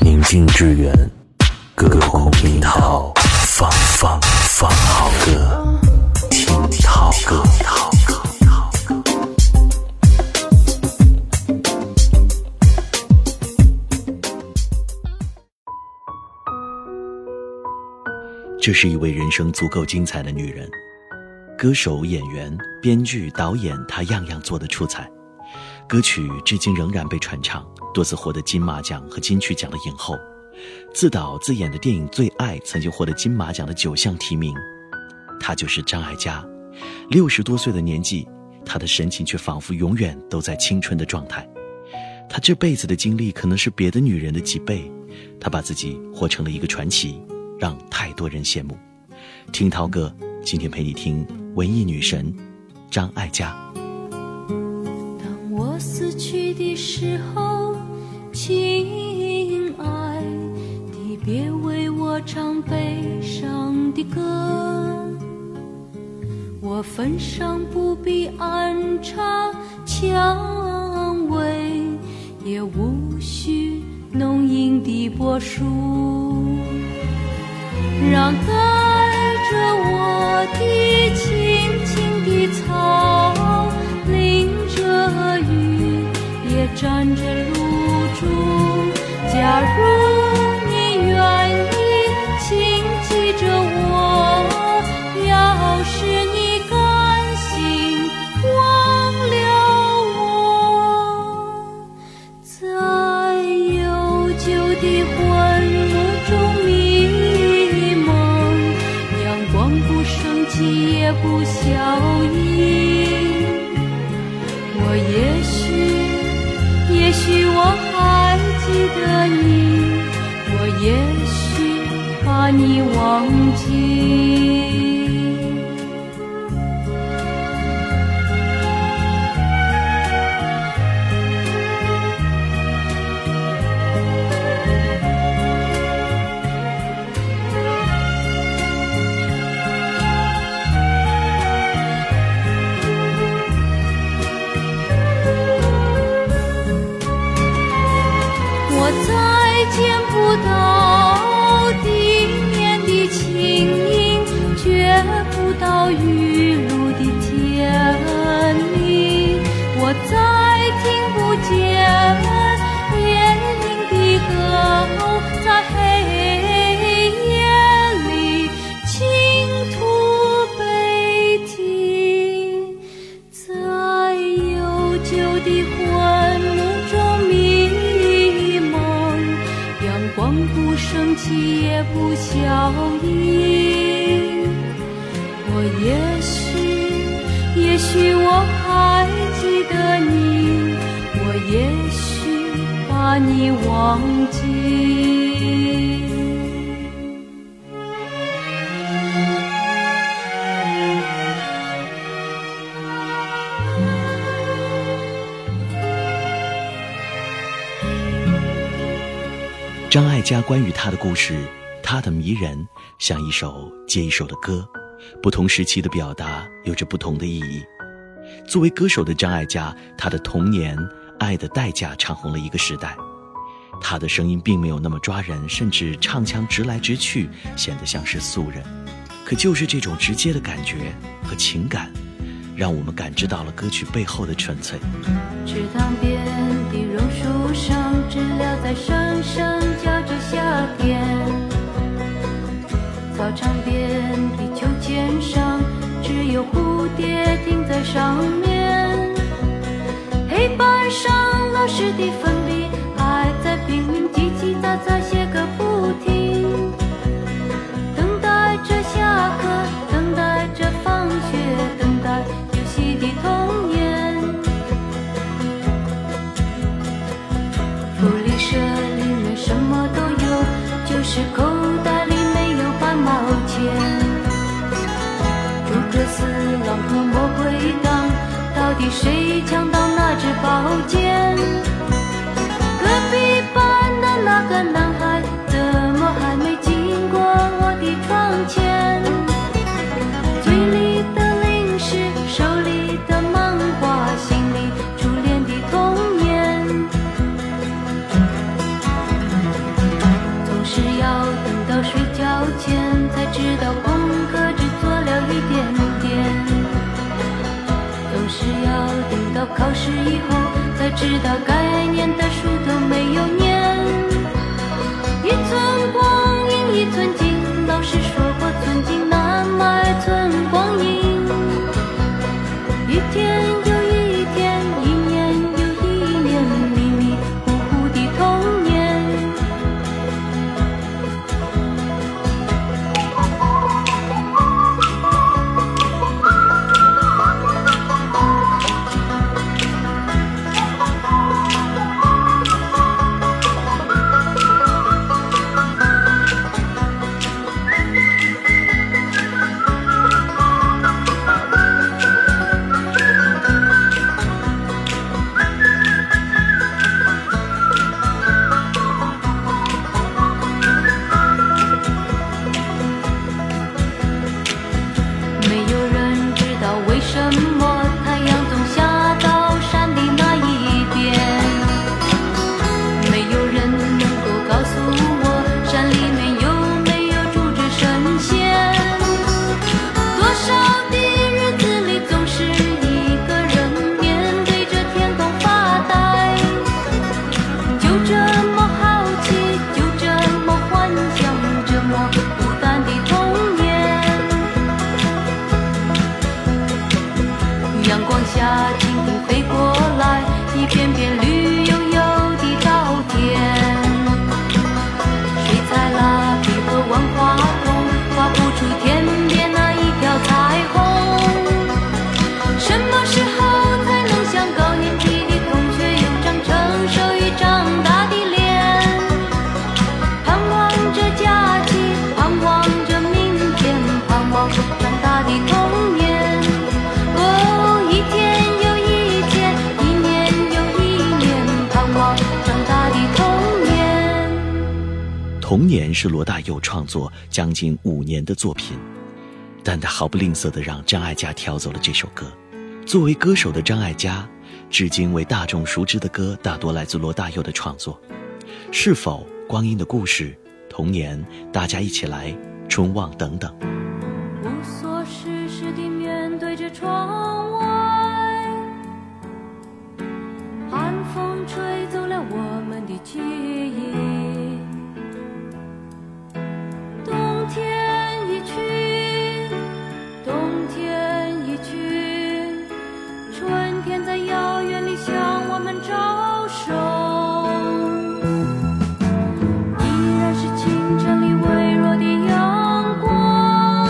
宁静致远，歌空听涛，放好歌，听涛歌。这是一位人生足够精彩的女人，歌手、演员、编剧、导演，她样样做得出彩。歌曲至今仍然被传唱，多次获得金马奖和金曲奖的影后。自导自演的电影《最爱》曾经获得金马奖的9项提名。她就是张艾嘉，60多岁的年纪，她的神情却仿佛永远都在青春的状态。她这辈子的经历可能是别的女人的几倍，她把自己活成了一个传奇，让太多人羡慕。听涛哥，今天陪你听文艺女神张艾嘉。 当我死去的时候，亲爱的，别为我唱悲伤的歌，我坟上不必安插蔷薇，也无需浓荫的柏树，让带着我的青青的草，淋着雨也沾着露珠。假如你愿意请记着我，要是你甘心忘了我，在悠久的昏雾中迷蒙，阳光不升起也不消翳，我也许我还记得你，我也许把你忘记。再见不到地面的轻盈，觉不到雨露的甜蜜，我再听不见夜莺的歌，在黑夜里倾吐悲啼，在悠久的昏雾中迷蒙，光不升起也不消翳，我也许我还记得你，我也许把你忘记。 张艾嘉关于她的故事，她的迷人像一首接一首的歌，不同时期的表达有着不同的意义。作为歌手的张艾嘉，她的童年《爱的代价》唱红了一个时代。她的声音并没有那么抓人，甚至唱腔直来直去，显得像是素人。可就是这种直接的感觉和情感，让我们感知到了歌曲背后的纯粹。 池塘边的榕树上，知了在声声叫着夏天，操场边的秋千上，只有蝴蝶停在上面，黑板上老师的粉笔还在拼命叽叽喳喳写个不停，等待着下课，等待着放学，等待游戏的童年。福利社里面什么都有，就是口袋里没有半毛钱。诸葛四郎和魔鬼党，到底谁抢到那支宝剑？隔壁班的那个男孩，怎么还没经过我的窗前？嘴里的零食，手里的漫画，心里初恋的童年。 事以后，才知道该念的书都没有念。一寸光阴一寸金，老师说过寸金难买寸光阴。一天又一天，一年又一年，迷迷糊糊的童年。 童年是罗大佑创作将近5年的作品，但他毫不吝啬地让张艾嘉挑走了这首歌。作为歌手的张艾嘉，至今为大众熟知的歌大多来自罗大佑的创作。是否、光阴的故事、童年、大家一起来、春望等等。 无所事事地面对着窗外，寒风吹走了我们的记忆。冬天一去，冬天一去，春天在遥远里向我们招手。依然是清晨里微弱的阳光，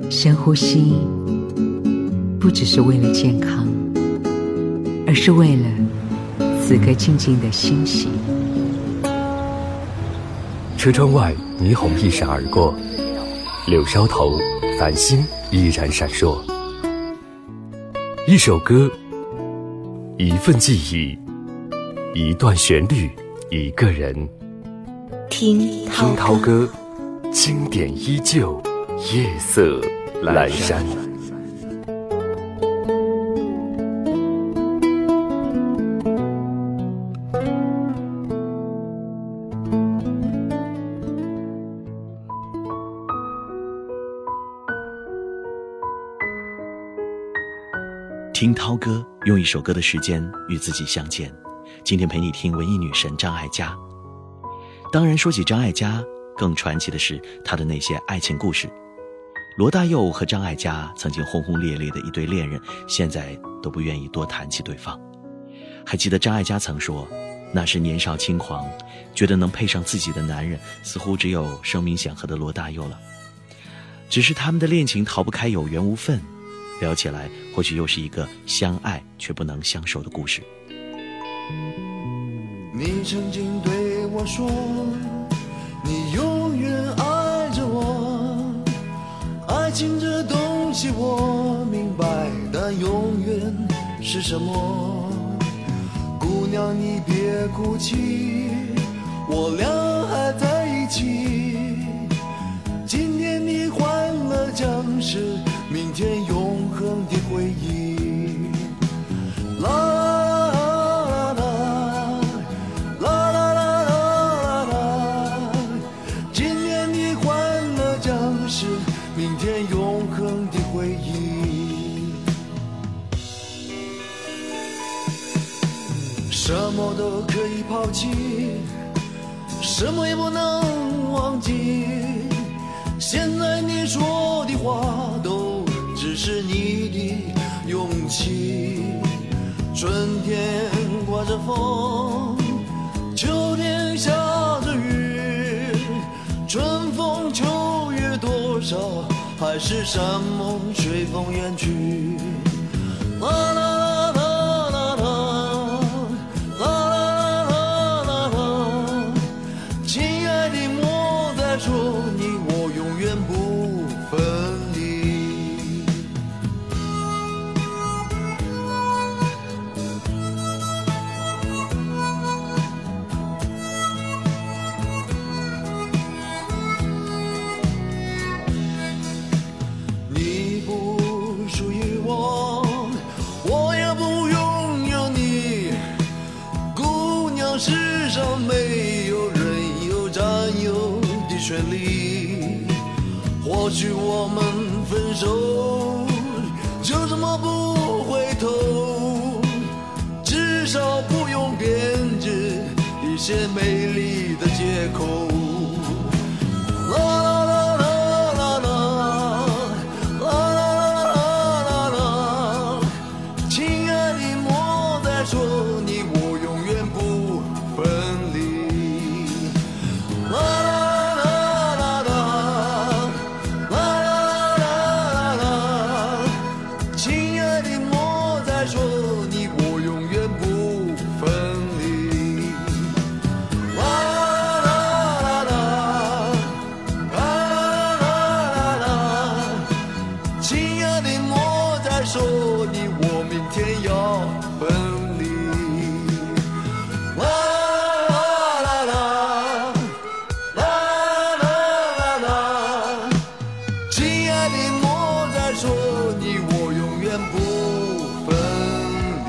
深呼吸不只是为了健康，而是为了此刻静静的欣喜。 车窗外霓虹一闪而过，柳梢头繁星依然闪烁。一首歌，一份记忆，一段旋律，一个人。 听涛歌，经典依旧，夜色阑珊。 听涛歌，用一首歌的时间与自己相见。今天陪你听文艺女神张艾嘉。当然说起张艾嘉，更传奇的是她的那些爱情故事。罗大佑和张艾嘉曾经轰轰烈烈的一对恋人，现在都不愿意多谈起对方。还记得张艾嘉曾说，那是年少轻狂，觉得能配上自己的男人似乎只有声名显赫的罗大佑了。只是他们的恋情逃不开有缘无分，聊起来或许又是一个相爱却不能相守的故事。 你曾经对我说，你永远爱着我，爱情这东西我明白，但永远是什么？姑娘你别哭泣，我俩还在一起，今天你欢乐将是明天永恒的回忆。啦啦啦啦啦啦啦啦，今天的欢乐将是明天永恒的回忆。什么都可以抛弃，什么也不能忘记，现在你说的话都只是你的勇气。春天刮着风，秋天下着雨，春风秋月多少，还是山盟随风远去。啦啦啦啦啦啦啦啦啦，亲爱的莫再说你我永远不分离。你不属于我，我也不拥有你。姑娘，世上没有人有占有的权利。或许我们分手，就这么不回头，至少不用编织一些美丽的借口。啦啦啦啦啦啦啦啦啦，亲爱的莫再说你我永远不分离。啦啦啦啦啦啦啦，亲爱的莫再说你我永远不分离。啦啦啦啦啦啦，亲爱的莫再说你我明天要分离。啦啦啦啦啦啦，亲爱的莫再说你我永远不分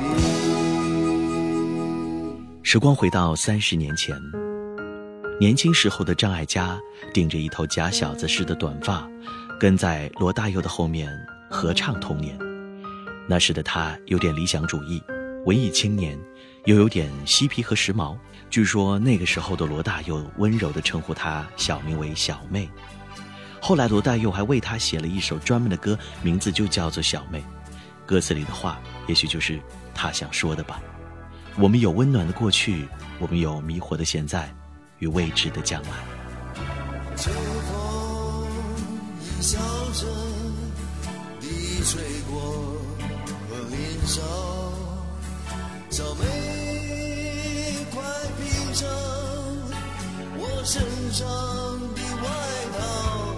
离。 时光回到30年前，年轻时候的张艾嘉顶着一头假小子似的短发，跟在罗大佑的后面合唱《童年》。那时的他有点理想主义，文艺青年，又有点嬉皮和时髦。据说那个时候的罗大佑温柔地称呼他小名为小妹。后来罗大佑还为他写了一首专门的歌，名字就叫做小妹。歌词里的话也许就是他想说的吧。我们有温暖的过去，我们有迷惑的现在与未知的将来。 秋风笑着吹过我脸上，小妹快披上我身上的外套，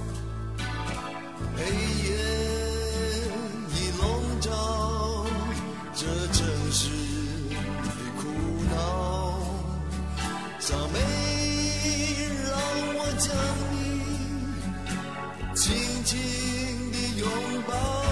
黑夜已笼罩这城市的苦恼，小妹让我将你轻轻地拥抱，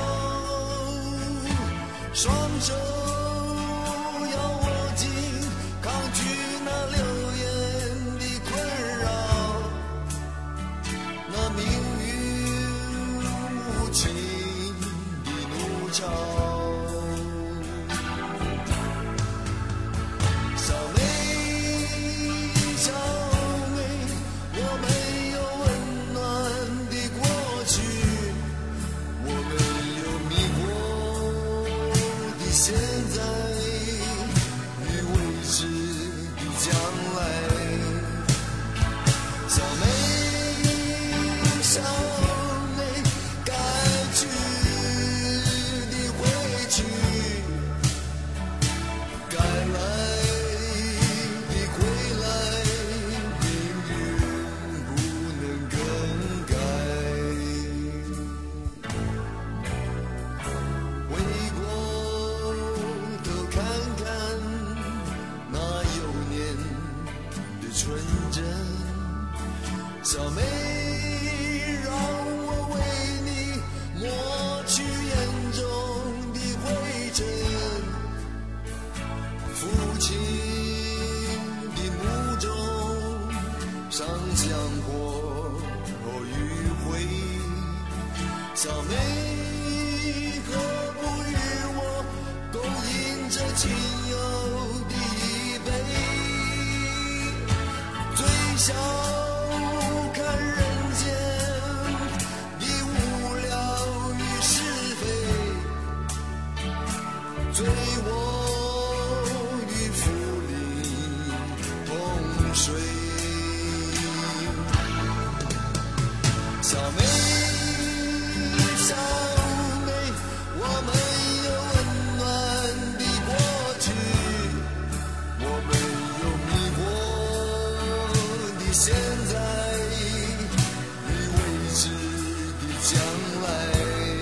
双手要握紧，抗拒那流言的困扰，那命运无情的怒潮。小妹，小妹，我没有温暖的过去，我没有迷惑的现在与未知的将来。小妹，小妹，该去的会去，该来的会来，命运不能更改。回过头看看那幼年的纯真，小妹，让我为你抹去眼中的灰尘，父亲的墓中上香火与灰，小妹，何不与我共饮这亲友的一杯，最小看人间的无聊与是非，醉我与福临同睡。小妹，小妹，我没有温暖的过去，我没有迷惑的现在与未知的将来。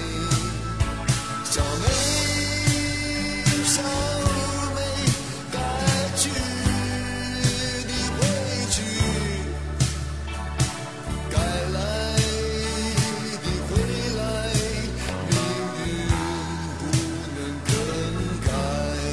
小妹，小妹，该去的会去，该来的会来，命运不能更改。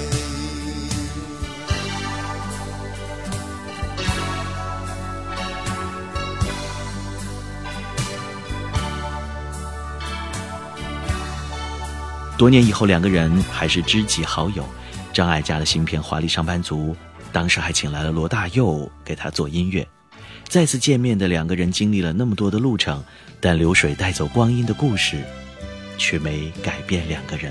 多年以后，两个人还是知己好友。张艾嘉的新片《华丽上班族》当时还请来了罗大佑给他做音乐。再次见面的两个人经历了那么多的路程，但流水带走光阴的故事却没改变两个人。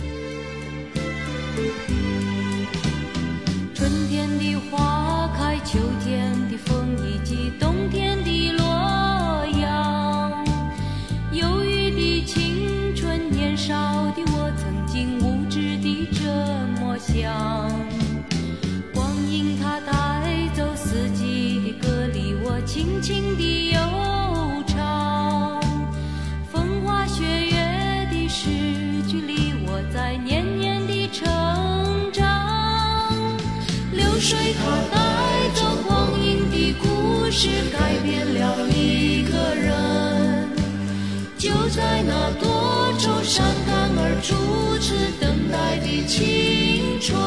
春天的花开，秋天的风以及冬天的洛阳，忧郁的青春，年少的我曾经无知地这么想，光阴它带走四季的歌里，我轻轻地悠唱，风花雪月的诗句里，我在年年地成长，流水它带走光阴的故事，改变了一个人，就在那多愁善感而初次等待的青春。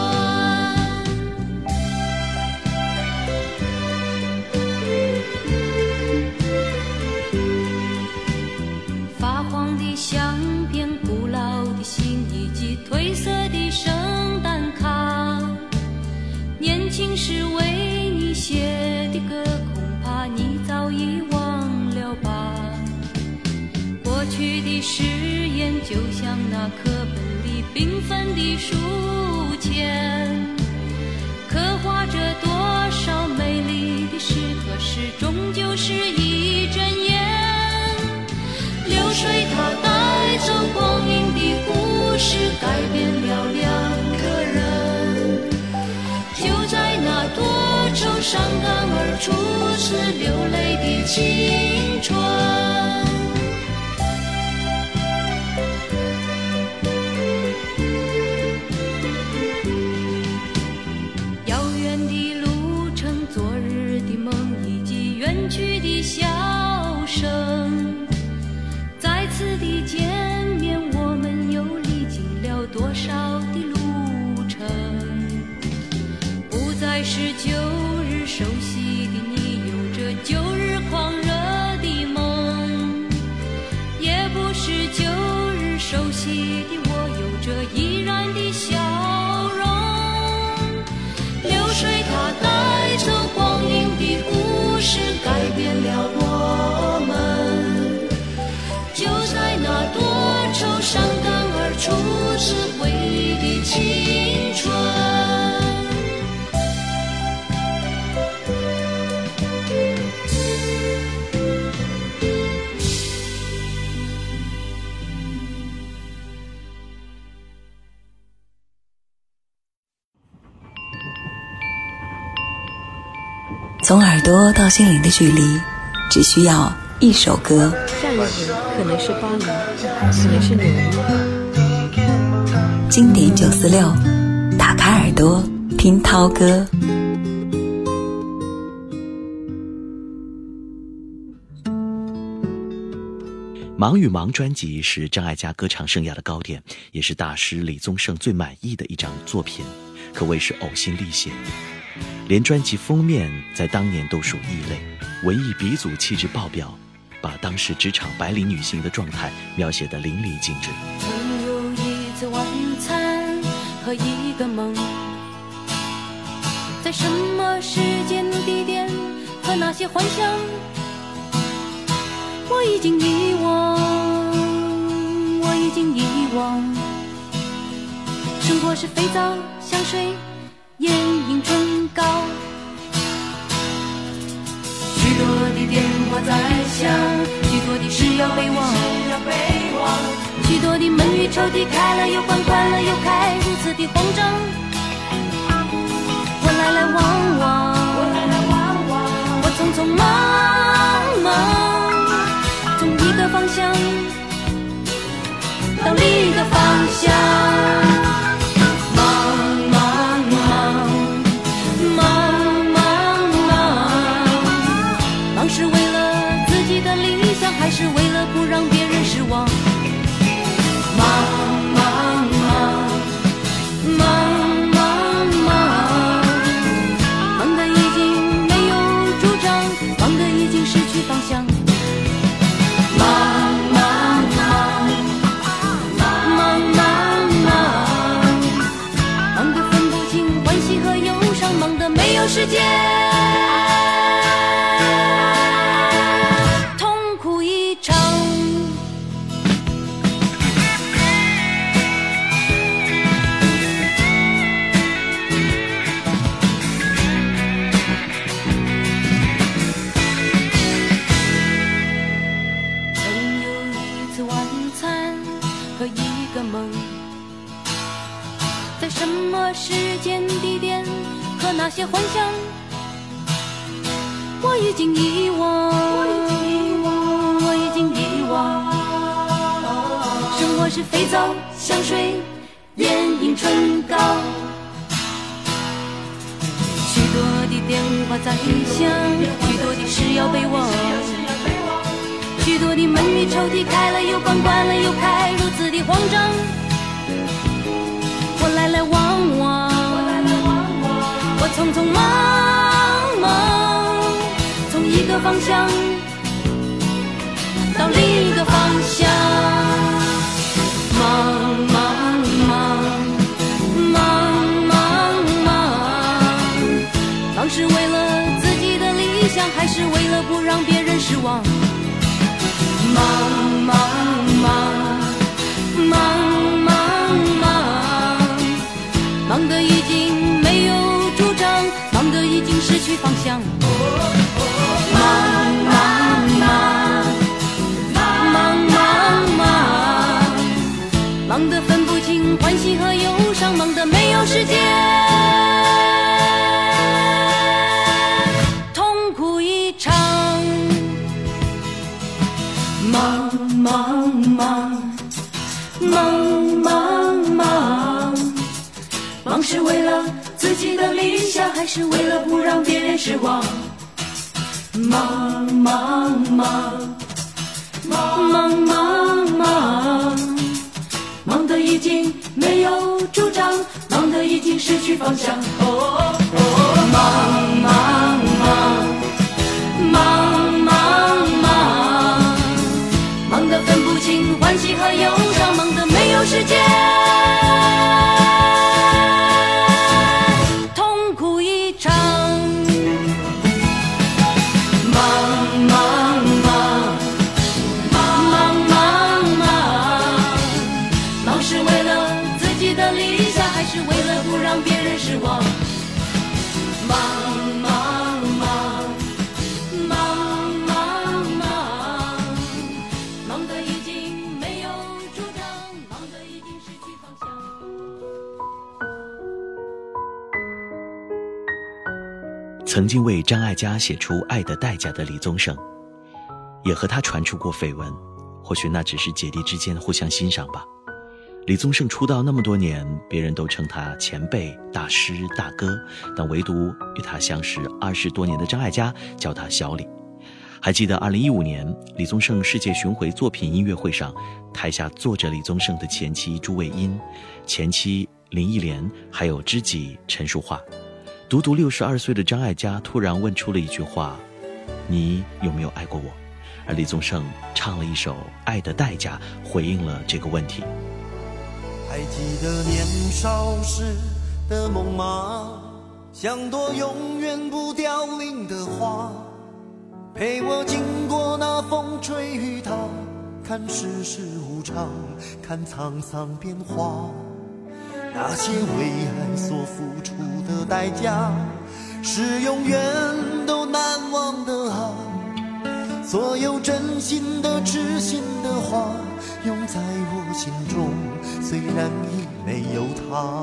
发黄的相片，古老的信以及褪色的圣诞卡，年轻时为你写的歌，恐怕你早已忘了吧。过去的誓言就像那课本里缤纷的书签，刻画着多少美丽的诗，可是终究是一阵烟。流水它带走光阴的故改变了两个人。就在那多愁善感而初次流泪的青春，遥远的路程，昨日的梦，以及远去的笑声，再次的见面，我们又历经了多少的路程？不再是旧日熟悉的你，有着旧日狂热的梦，也不是旧日熟悉的我，有着依然的笑容。流水它带走光阴的故事，改变了我们。就在那多愁善感而初次回忆的青春。 从耳朵到心灵的距离，只需要一首歌。 下一回可能是巴黎，可能是纽约。 经典946，打开耳朵听涛歌。 忙与忙专辑是张艾嘉歌唱生涯的高点，也是大师李宗盛最满意的一张作品，可谓是呕心沥血。连专辑封面在当年都属异类，文艺鼻祖气质爆表，把当时职场白领女性的状态描写得淋漓尽致。 曾有一次晚餐和一个梦，在什么时间地点和那些幻想，我已经遗忘，我已经遗忘。生活是肥皂、香水、眼影、唇膏，许多的电话在响，许多的事要备忘，许多的门与抽屉开了又关，关了又开，如此的慌张。我来来往往，我匆匆忙忙，从一个方向到另一个方向。是为了自己的理想，还是为了不让别人失望？忙忙忙，忙忙忙，忙得已经没有主张，忙得已经失去方向。忙忙忙，忙忙忙，忙得分不清欢喜和忧伤，忙得没有时间。什么时间地点和那些幻想，我已经遗忘，我已经遗忘。生活是肥皂、香水、眼影、唇膏，许多的电话在响，许多的事要备忘，许多的门与抽屉开了又关，关了又开，如此的慌张。我来来往往，我匆匆忙忙，从一个方向到另一个方向。忙忙忙，忙忙忙，忙是为了自己的理想，还是为了不让别人失望？忙忙忙，忙忙忙，忙得已经没有主张，忙得已经失去方向。忙忙忙，忙忙忙，忙得分不清欢忙忙忙忙忙忙，忙是为了自己的理想，还是为了不让别人失望？忙忙忙忙忙忙，忙得已经没有主张，忙得已经失去方向。忙忙忙忙忙忙，忙得分不清欢喜和忧伤，忙得没有时间痛苦一场。忙忙忙忙忙忙，忙是为了自己的理想，还是为了不让别人失望？忙忙忙忙忙忙，忙得已经没有主张，忙得已经失去方向。 曾经为张艾嘉写出《爱的代价》的李宗盛，也和他传出过绯闻，或许那只是姐弟之间的互相欣赏吧。李宗盛出道那么多年，别人都称他前辈、大师、大哥，但唯独与他相识20多年的张艾嘉叫他小李。还记得2015年李宗盛世界巡回作品音乐会上，台下坐着李宗盛的前妻朱卫茵、前妻林忆莲，还有知己陈淑桦。独独62岁的张艾嘉突然问出了一句话：你有没有爱过我？而李宗盛唱了一首《爱的代价》，回应了这个问题。 还记得年少时的梦吗？像朵永远不凋零的花，陪我经过那风吹雨打，看世事无常，看沧桑变化。那些为爱所付出的代价，是永远都难忘的啊！所有真心的痴心的话，永在我心中，虽然已没有他。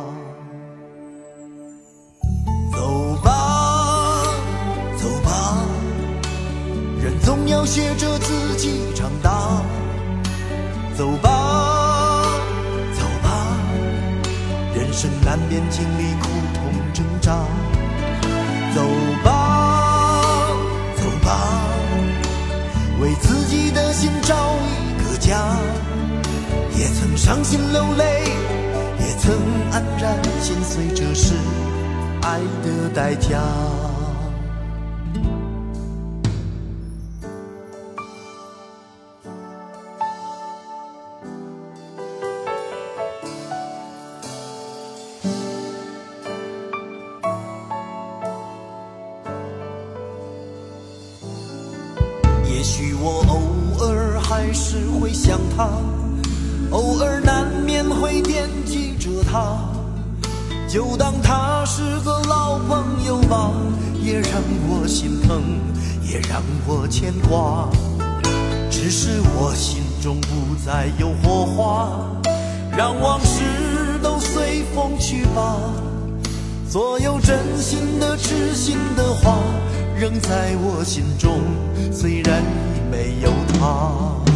走吧走吧，人总要学着自己长大。走吧走吧，人生难免经历苦痛挣扎。走吧走吧，为自己的心找一个家。也曾伤心流泪，也曾黯然心碎，这是爱的代价。也许我偶尔还是会想他，偶尔难免会惦记着他，就当他是个老朋友吧，也让我心疼，也让我牵挂。只是我心中不再有火花，让往事都随风去吧。所有真心的痴心的话，仍在我心中，虽然已没有他。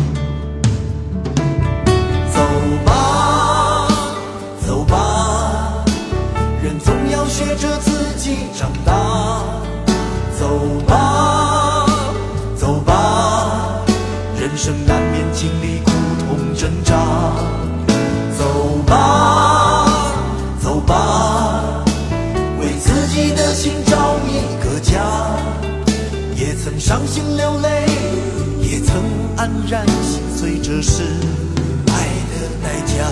走吧走吧，人总要学着自己长大。走吧走吧，人生难免经历苦痛挣扎。走吧走吧，为自己的心找一个家。也曾伤心流泪，也曾黯然心碎，这是爱的代价。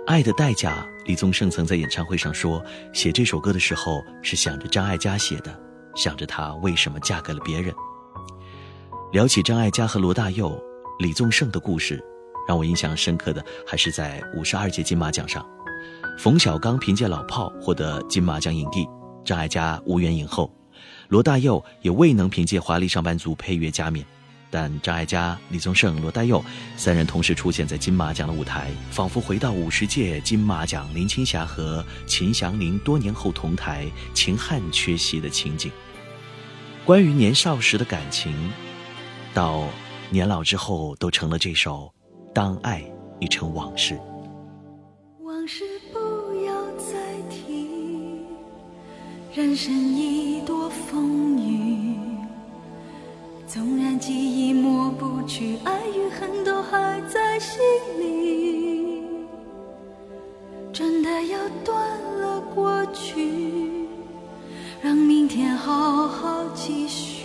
爱的代价，李宗盛曾在演唱会上说，写这首歌的时候是想着张艾嘉写的，想着她为什么嫁给了别人。聊起张艾嘉和罗大佑、李宗盛的故事，让我印象深刻的还是在52届金马奖上，冯小刚凭借《老炮》获得金马奖影帝，张艾嘉无缘影后，罗大佑也未能凭借《华丽上班族》配乐加冕。但张艾嘉、李宗盛、罗大佑三人同时出现在金马奖的舞台，仿佛回到50届金马奖林青霞和秦祥林多年后同台，秦汉缺席的情景。关于年少时的感情，到年老之后都成了这首《当爱已成往事》。 往事不要再提，人生已多风雨，纵然记忆抹不去，爱与恨都还在心里。真的要断了过去，让明天好好继续，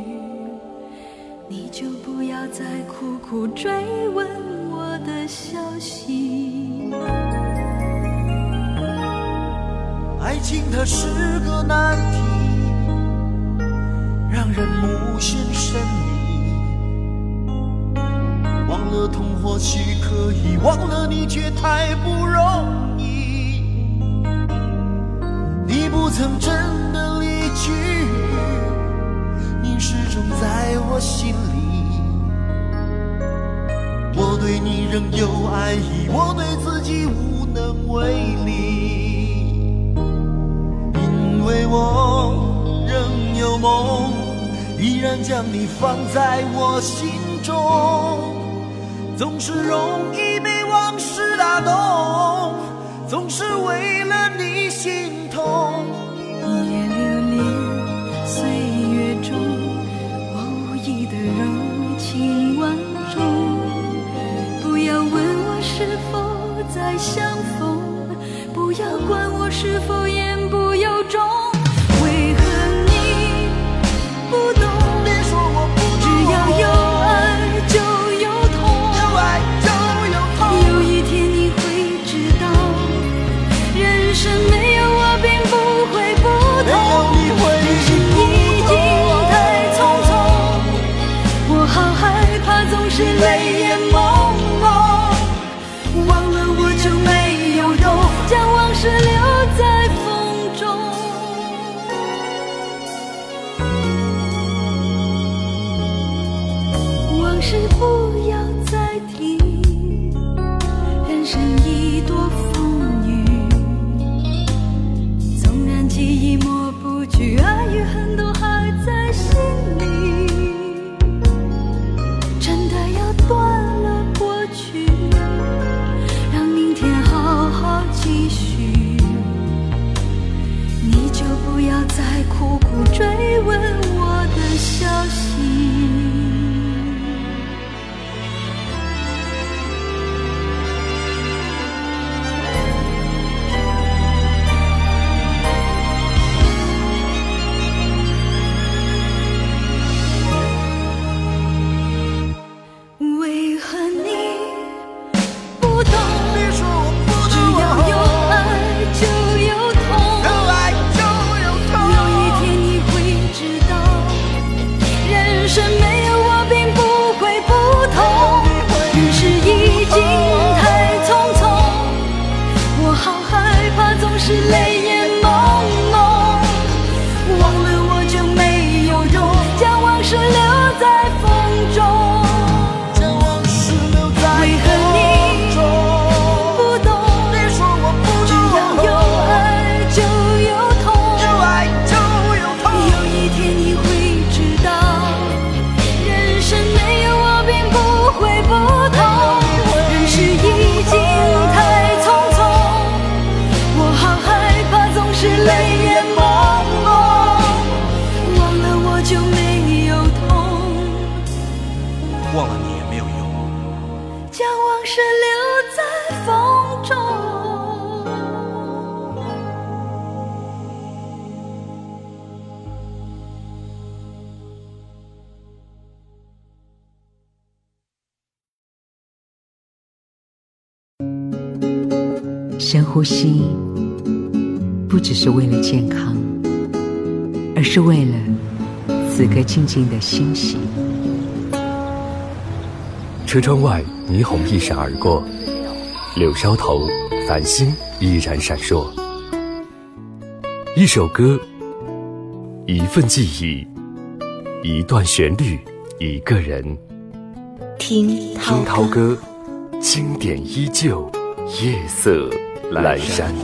你就不要再苦苦追问我的消息。 爱情它是个难题，让人无限神秘，忘了痛或许可以，忘了你却太不容易。你不曾真的离去，你始终在我心里。我对你仍有爱意，我对自己无能为力，因为我仍有梦，依然将你放在我心中。总是容易被往事打动，总是为了你心痛。 一夜流连岁月中，我无意的柔情万种。不要问我是否再相逢，不要管我是否言不由衷。为何你不懂？ 别说我不懂， 只要有爱就有痛， 有爱就有痛。 有一天你会知道，人生没有我并不会不同。人生已经太匆匆，我好害怕总是泪眼朦胧。忘了我就没有用，将往事留在风中。往事不要再提，人生已多风雨，纵然记忆抹不去，爱与恨都还在心里。真的要断了过去，让明天好好继续，你就不要再苦苦追问我的消息。为何你不懂？ 别说我不只懂， 要有爱就有痛。 有爱就有痛。 有一天你会知道，人生没有我并不会不同。人世已经太匆匆，我好害怕总是泪眼朦胧。忘了我就没有用，将往事留在风中。 将往事留在为何你风中。 不懂？ 别说我不懂， 只要有爱就有痛。 有爱就有痛。 有一天你会知道，人生没有我并不会不同。人世已经太匆匆，我好害怕总深呼吸，不只是为了健康，而是为了此刻静静的欣喜。 车窗外霓虹一闪而过，柳梢头繁星依然闪烁。一首歌，一份记忆，一段旋律，一个人。 听涛歌，经典依旧，夜色阑珊。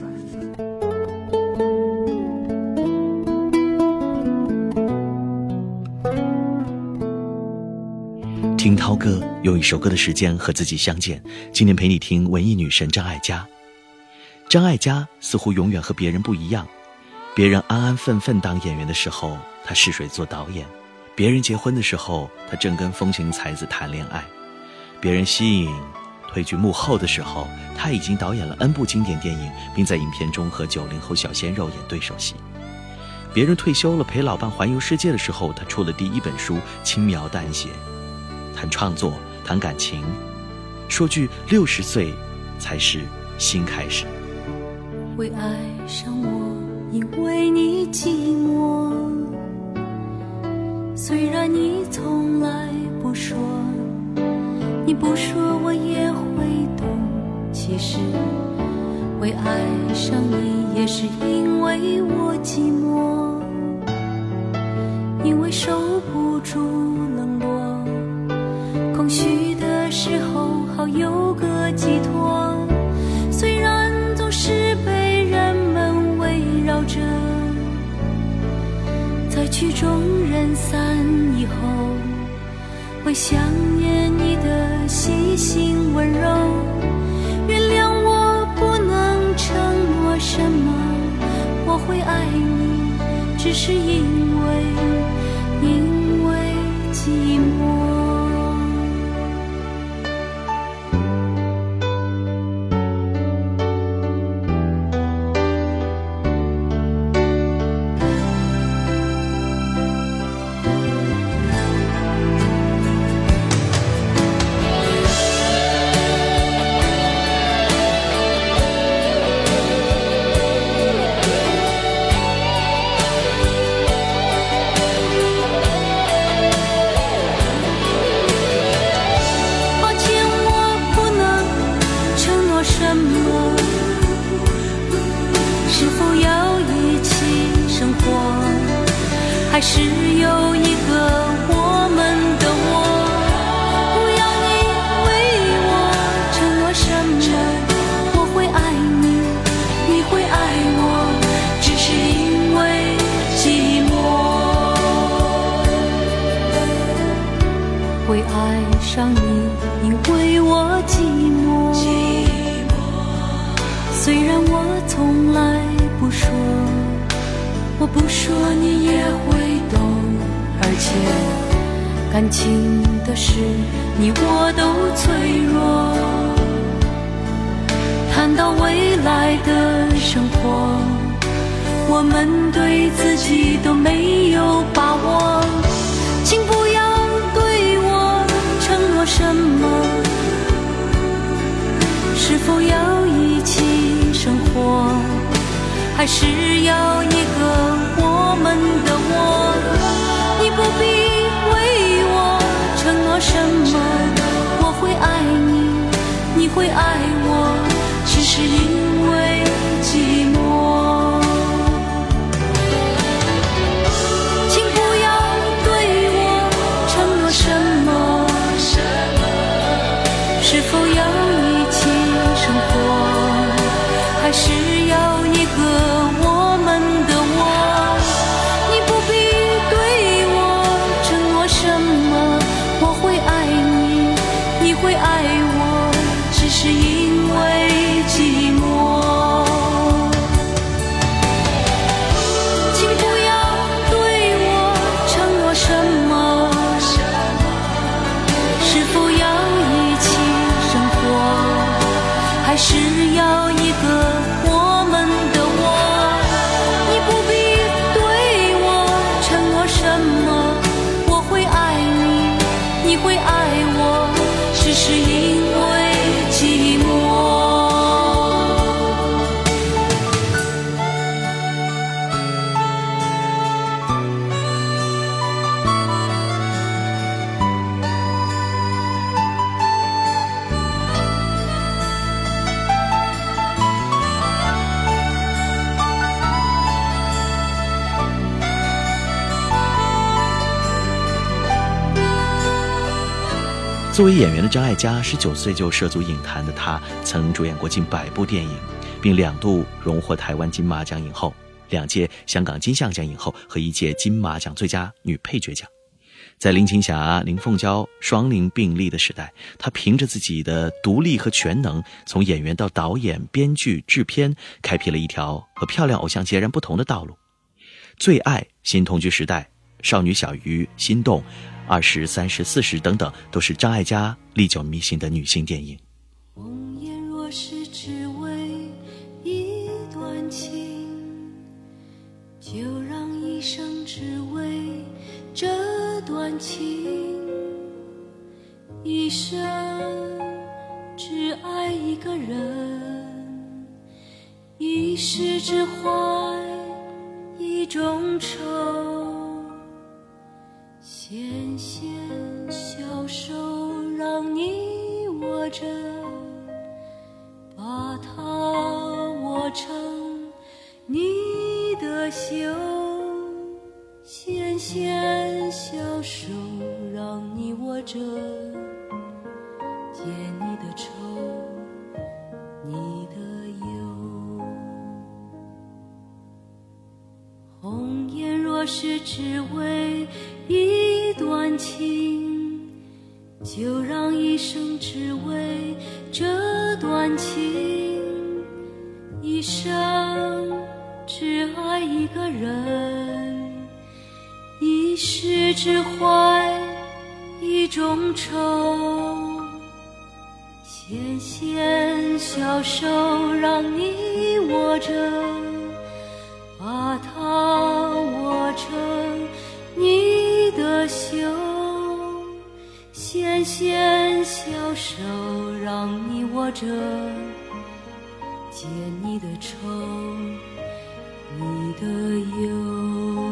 听涛歌，用一首歌的时间和自己相见。今天陪你听文艺女神张艾嘉。张艾嘉似乎永远和别人不一样，别人安安分分当演员的时候，她试水做导演；别人结婚的时候，她正跟风情才子谈恋爱；别人息影退居幕后的时候，她已经导演了 N 部经典电影，并在影片中和90后小鲜肉演对手戏；别人退休了陪老伴环游世界的时候，她出了第一本书，轻描淡写谈创作，谈感情，说句60岁才是新开始。 会爱上我，因为你寂寞，虽然你从来不说，你不说我也会懂。其实会爱上你也是因为我寂寞，因为受不住冷落，空虚的时候好有个寄托。虽然总是被人们围绕着，在曲终人散以后，会想念你的细心温柔。原谅我不能承诺什么，我会爱你，只是因为寂寞。还是有一个我们的我，不要你为我承诺什么，我会爱你，你会爱我，只是因为寂寞。会爱上你，因为我寂寞，虽然我从来不说，我不说你也会懂，而且感情的事你我都脆弱。谈到未来的生活，我们对自己都没有把握。请不要对我承诺什么，是否要一起生活，还是要一个我们的我。你不必为我承诺什么，我会爱你，你会爱我，只是因为寂寞。请不要对我承诺什么，是否要一起生活，还是要一个我们的我。你不必对我承诺什么，我会爱你，你会爱我，只是因作为演员的张艾嘉，19岁就涉足影坛的她，曾主演过近100部电影，并2度荣获台湾金马奖影后、2届香港金像奖影后和1届金马奖最佳女配角奖。在林青霞、林凤娇双龄并立的时代，她凭着自己的独立和全能，从演员到导演、编剧、制片，开辟了一条和漂亮偶像截然不同的道路。最爱、新同居时代、少女小鱼、心动、20、30、40等等，都是张艾嘉历久弥新的女性电影。 红颜若是只为一段情，就让一生只为这段情，一生只爱一个人，一世只怀一种愁，纤纤小手让你握着，把它握成你的袖，纤纤小手让你握着，解你的愁，你的忧。红颜若是只为一段情，就让一生只为这段情，一生只爱一个人，一世只怀一种愁，纤纤小手让你握着，把它握成你的袖，纤纤小手让你握着，解你的愁，你的忧。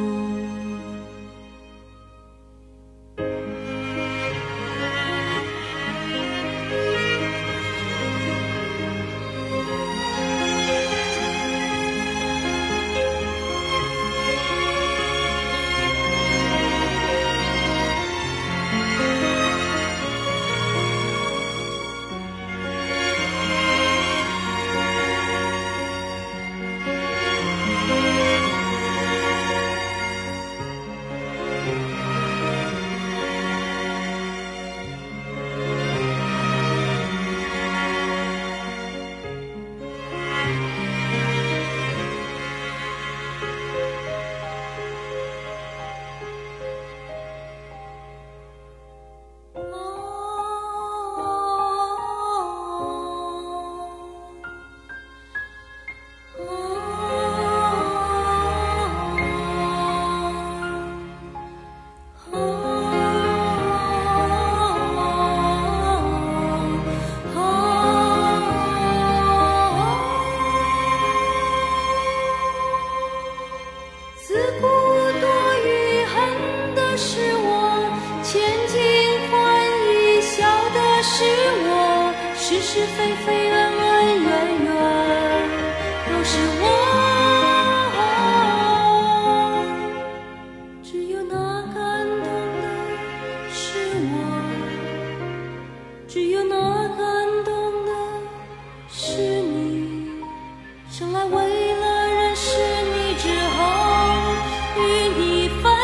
是是非非，恩恩怨怨，都是我。只有那感动的是我，只有那感动的是你。生来为了认识你，只好与你分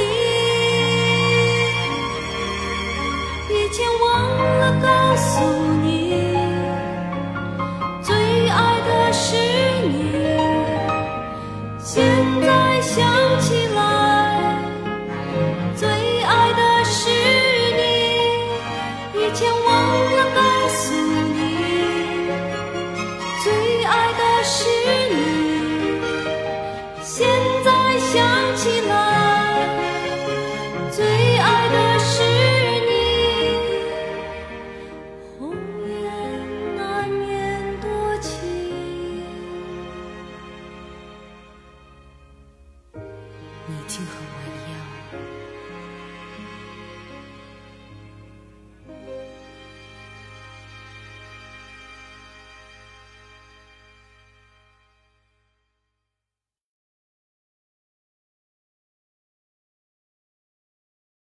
离。以前忘了告诉你。 你竟和我